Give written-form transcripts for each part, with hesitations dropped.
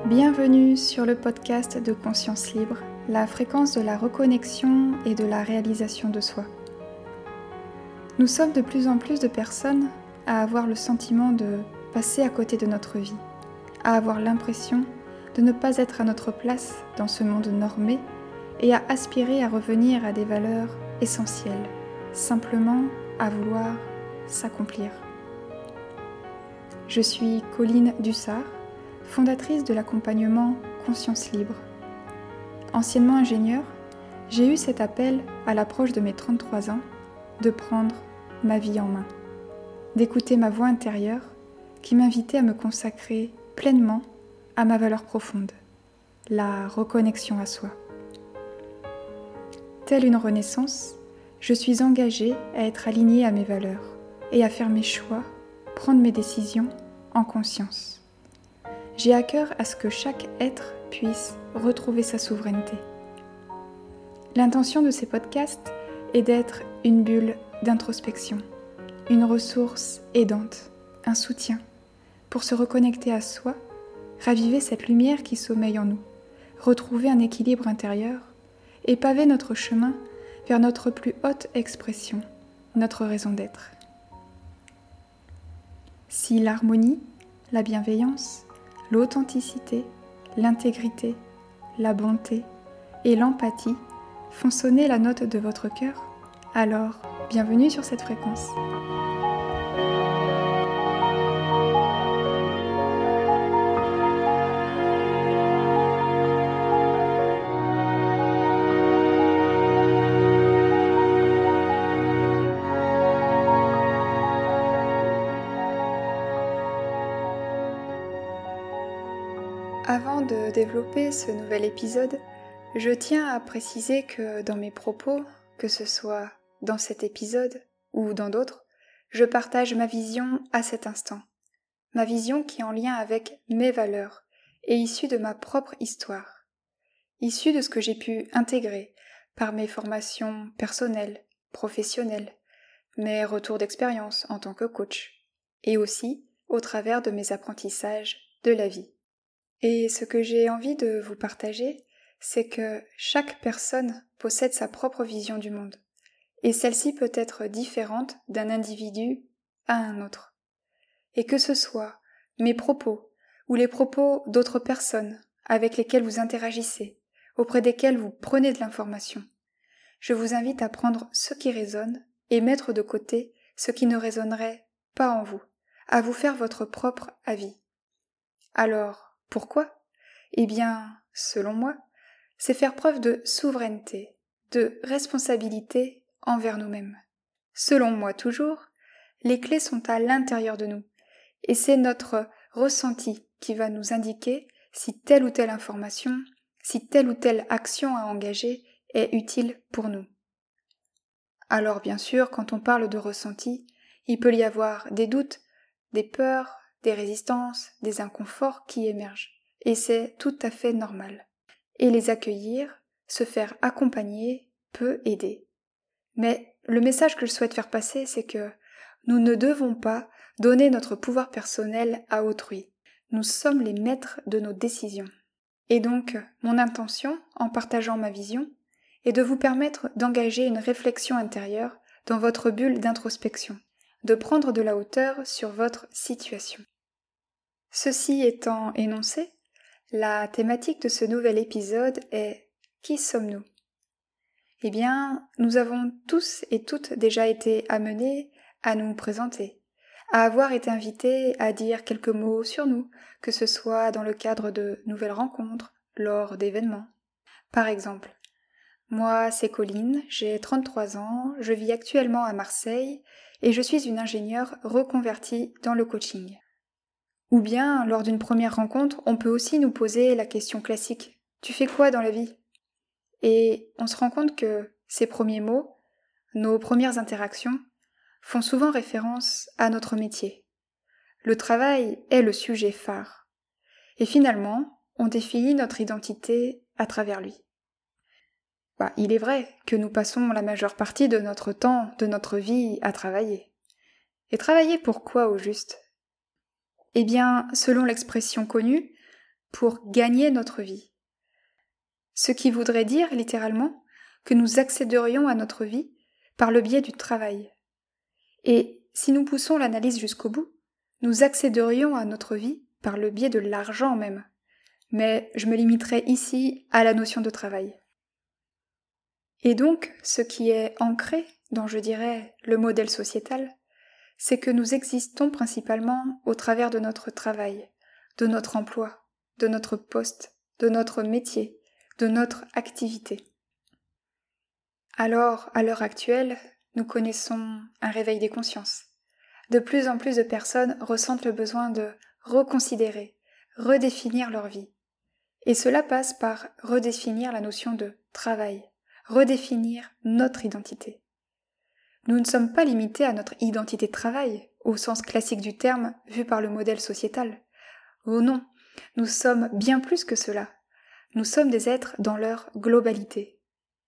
Bienvenue sur le podcast de Conscience Libre, la fréquence de la reconnexion et de la réalisation de soi. Nous sommes de plus en plus de personnes à avoir le sentiment de passer à côté de notre vie, à avoir l'impression de ne pas être à notre place dans ce monde normé et à aspirer à revenir à des valeurs essentielles, simplement à vouloir s'accomplir. Je suis Colline Dussart, fondatrice de l'accompagnement Conscience Libre. Anciennement ingénieure, j'ai eu cet appel à l'approche de mes 33 ans de prendre ma vie en main, d'écouter ma voix intérieure qui m'invitait à me consacrer pleinement à ma valeur profonde, la reconnexion à soi. Telle une renaissance, je suis engagée à être alignée à mes valeurs et à faire mes choix, prendre mes décisions en conscience. J'ai à cœur à ce que chaque être puisse retrouver sa souveraineté. L'intention de ces podcasts est d'être une bulle d'introspection, une ressource aidante, un soutien pour se reconnecter à soi, raviver cette lumière qui sommeille en nous, retrouver un équilibre intérieur et paver notre chemin vers notre plus haute expression, notre raison d'être. Si l'harmonie, la bienveillance, l'authenticité, l'intégrité, la bonté et l'empathie font sonner la note de votre cœur, alors bienvenue sur cette fréquence. Avant de développer ce nouvel épisode, je tiens à préciser que dans mes propos, que ce soit dans cet épisode ou dans d'autres, je partage ma vision à cet instant. Ma vision qui est en lien avec mes valeurs et issue de ma propre histoire. Issue de ce que j'ai pu intégrer par mes formations personnelles, professionnelles, mes retours d'expérience en tant que coach, et aussi au travers de mes apprentissages de la vie. Et ce que j'ai envie de vous partager, c'est que chaque personne possède sa propre vision du monde. Et celle-ci peut être différente d'un individu à un autre. Et que ce soit mes propos ou les propos d'autres personnes avec lesquelles vous interagissez, auprès desquelles vous prenez de l'information, je vous invite à prendre ce qui résonne et mettre de côté ce qui ne résonnerait pas en vous, à vous faire votre propre avis. Alors, pourquoi ? Eh bien, selon moi, c'est faire preuve de souveraineté, de responsabilité envers nous-mêmes. Selon moi toujours, les clés sont à l'intérieur de nous, et c'est notre ressenti qui va nous indiquer si telle ou telle information, si telle ou telle action à engager est utile pour nous. Alors bien sûr, quand on parle de ressenti, il peut y avoir des doutes, des peurs, des résistances, des inconforts qui émergent. Et c'est tout à fait normal. Et les accueillir, se faire accompagner, peut aider. Mais le message que je souhaite faire passer, c'est que nous ne devons pas donner notre pouvoir personnel à autrui. Nous sommes les maîtres de nos décisions. Et donc, mon intention, en partageant ma vision, est de vous permettre d'engager une réflexion intérieure dans votre bulle d'introspection, de prendre de la hauteur sur votre situation. Ceci étant énoncé, la thématique de ce nouvel épisode est « Qui sommes-nous » Eh bien, nous avons tous et toutes déjà été amenés à nous présenter, à avoir été invités à dire quelques mots sur nous, que ce soit dans le cadre de nouvelles rencontres, lors d'événements. Par exemple, moi c'est Colline, j'ai 33 ans, je vis actuellement à Marseille et je suis une ingénieure reconvertie dans le coaching. Ou bien, lors d'une première rencontre, on peut aussi nous poser la question classique « Tu fais quoi dans la vie ?» Et on se rend compte que ces premiers mots, nos premières interactions, font souvent référence à notre métier. Le travail est le sujet phare. Et finalement, on définit notre identité à travers lui. Il est vrai que nous passons la majeure partie de notre temps, de notre vie, à travailler. Et travailler pour quoi au juste ? Eh bien, selon l'expression connue, pour gagner notre vie. Ce qui voudrait dire, littéralement, que nous accéderions à notre vie par le biais du travail. Et si nous poussons l'analyse jusqu'au bout, nous accéderions à notre vie par le biais de l'argent même. Mais je me limiterai ici à la notion de travail. Et donc, ce qui est ancré dans, je dirais, le modèle sociétal, c'est que nous existons principalement au travers de notre travail, de notre emploi, de notre poste, de notre métier, de notre activité. Alors, à l'heure actuelle, nous connaissons un réveil des consciences. De plus en plus de personnes ressentent le besoin de reconsidérer, redéfinir leur vie. Et cela passe par redéfinir la notion de travail, redéfinir notre identité. Nous ne sommes pas limités à notre identité de travail, au sens classique du terme vu par le modèle sociétal. Oh non, nous sommes bien plus que cela. Nous sommes des êtres dans leur globalité.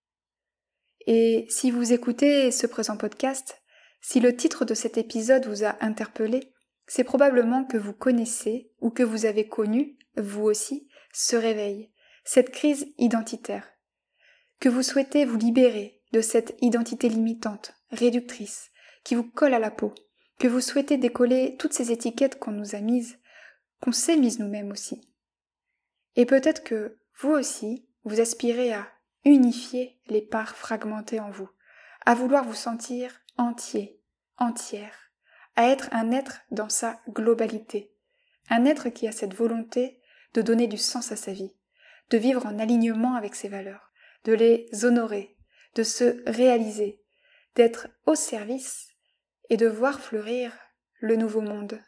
Et si vous écoutez ce présent podcast, si le titre de cet épisode vous a interpellé, c'est probablement que vous connaissez ou que vous avez connu, vous aussi, ce réveil, cette crise identitaire, que vous souhaitez vous libérer de cette identité limitante, réductrice, qui vous colle à la peau, que vous souhaitez décoller toutes ces étiquettes qu'on nous a mises, qu'on s'est mises nous-mêmes aussi. Et peut-être que vous aussi, vous aspirez à unifier les parts fragmentées en vous, à vouloir vous sentir entier, entière, à être un être dans sa globalité, un être qui a cette volonté de donner du sens à sa vie, de vivre en alignement avec ses valeurs, de les honorer, de se réaliser, d'être au service et de voir fleurir le nouveau monde.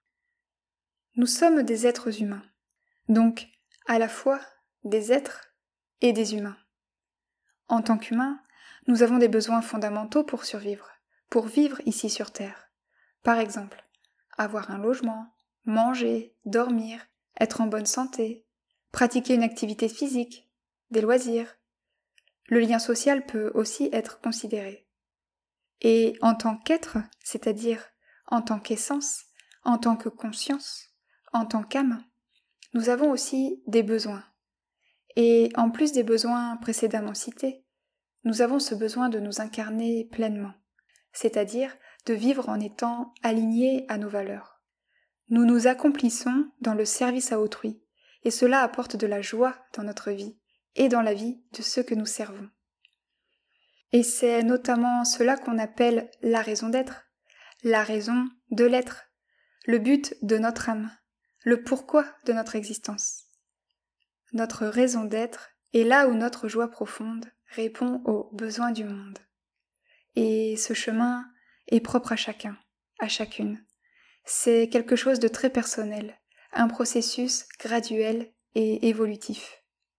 Nous sommes des êtres humains, donc à la fois des êtres et des humains. En tant qu'humains, nous avons des besoins fondamentaux pour survivre, pour vivre ici sur Terre. Par exemple, avoir un logement, manger, dormir, être en bonne santé, pratiquer une activité physique, des loisirs. Le lien social peut aussi être considéré. Et en tant qu'être, c'est-à-dire en tant qu'essence, en tant que conscience, en tant qu'âme, nous avons aussi des besoins. Et en plus des besoins précédemment cités, nous avons ce besoin de nous incarner pleinement, c'est-à-dire de vivre en étant alignés à nos valeurs. Nous nous accomplissons dans le service à autrui, et cela apporte de la joie dans notre vie et dans la vie de ceux que nous servons. Et c'est notamment cela qu'on appelle la raison d'être, la raison de l'être, le but de notre âme, le pourquoi de notre existence. Notre raison d'être est là où notre joie profonde répond aux besoins du monde. Et ce chemin est propre à chacun, à chacune. C'est quelque chose de très personnel, un processus graduel et évolutif.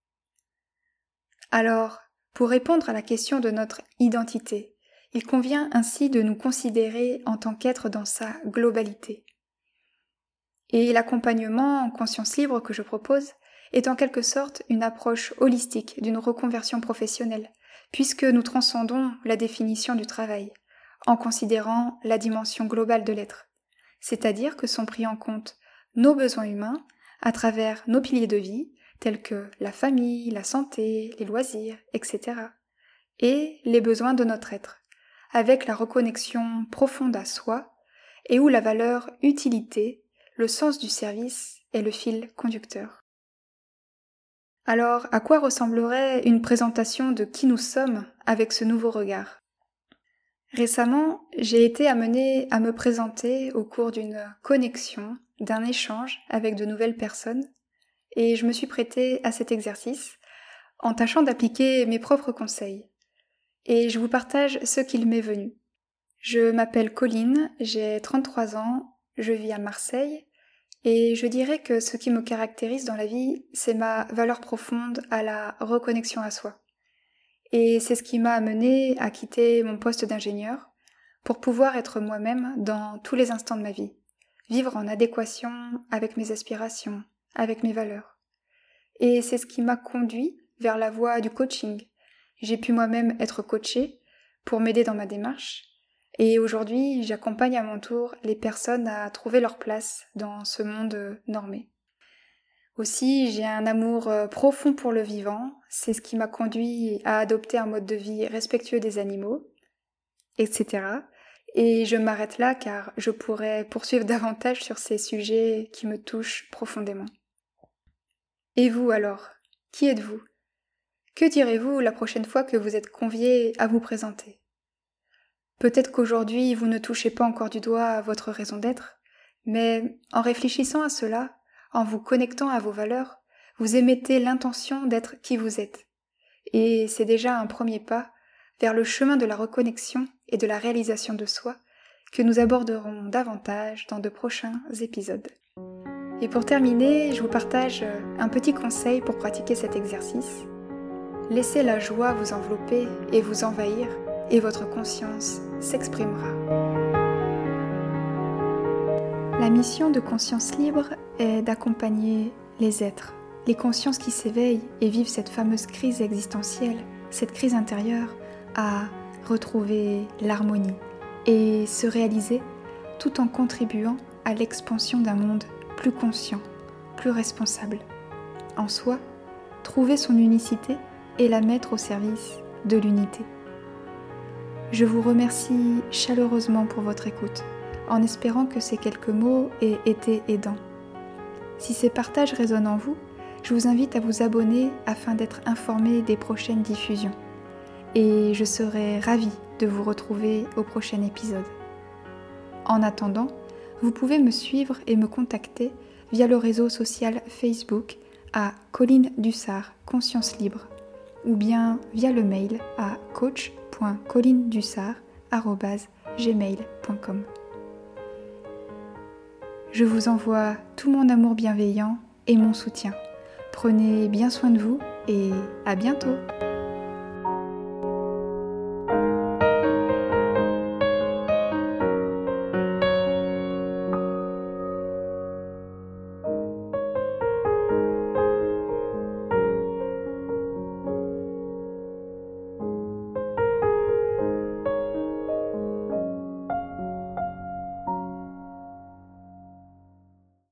Alors, pour répondre à la question de notre identité, il convient ainsi de nous considérer en tant qu'être dans sa globalité. Et l'accompagnement en conscience libre que je propose est en quelque sorte une approche holistique d'une reconversion professionnelle, puisque nous transcendons la définition du travail, en considérant la dimension globale de l'être, c'est-à-dire que sont pris en compte nos besoins humains à travers nos piliers de vie, tels que la famille, la santé, les loisirs, etc., et les besoins de notre être, avec la reconnexion profonde à soi, et où la valeur utilité, le sens du service est le fil conducteur. Alors, à quoi ressemblerait une présentation de qui nous sommes avec ce nouveau regard ? Récemment, j'ai été amenée à me présenter au cours d'une connexion, d'un échange avec de nouvelles personnes, et je me suis prêtée à cet exercice en tâchant d'appliquer mes propres conseils. Et je vous partage ce qu'il m'est venu. Je m'appelle Colline, j'ai 33 ans, je vis à Marseille, et je dirais que ce qui me caractérise dans la vie, c'est ma valeur profonde à la reconnexion à soi. Et c'est ce qui m'a amenée à quitter mon poste d'ingénieur pour pouvoir être moi-même dans tous les instants de ma vie, vivre en adéquation avec mes aspirations, avec mes valeurs. Et c'est ce qui m'a conduit vers la voie du coaching. J'ai pu moi-même être coachée pour m'aider dans ma démarche, et aujourd'hui, j'accompagne à mon tour les personnes à trouver leur place dans ce monde normé. Aussi, j'ai un amour profond pour le vivant, c'est ce qui m'a conduit à adopter un mode de vie respectueux des animaux, etc. Et je m'arrête là car je pourrais poursuivre davantage sur ces sujets qui me touchent profondément. Et vous alors, qui êtes-vous ? Que direz-vous la prochaine fois que vous êtes convié à vous présenter ? Peut-être qu'aujourd'hui vous ne touchez pas encore du doigt votre raison d'être, mais en réfléchissant à cela, en vous connectant à vos valeurs, vous émettez l'intention d'être qui vous êtes. Et c'est déjà un premier pas vers le chemin de la reconnexion et de la réalisation de soi que nous aborderons davantage dans de prochains épisodes. Et pour terminer, je vous partage un petit conseil pour pratiquer cet exercice. Laissez la joie vous envelopper et vous envahir, et votre conscience s'exprimera. La mission de Conscience Libre est d'accompagner les êtres, les consciences qui s'éveillent et vivent cette fameuse crise existentielle, cette crise intérieure, à retrouver l'harmonie et se réaliser tout en contribuant à l'expansion d'un monde plus conscient, plus responsable. En soi, trouver son unicité et la mettre au service de l'unité. Je vous remercie chaleureusement pour votre écoute, en espérant que ces quelques mots aient été aidants. Si ces partages résonnent en vous, je vous invite à vous abonner afin d'être informé des prochaines diffusions. Et je serai ravie de vous retrouver au prochain épisode. En attendant, vous pouvez me suivre et me contacter via le réseau social Facebook à Colline Dussart, Conscience Libre, ou bien via le mail à coach.collinedussart@gmail.com. Je vous envoie tout mon amour bienveillant et mon soutien. Prenez bien soin de vous et à bientôt!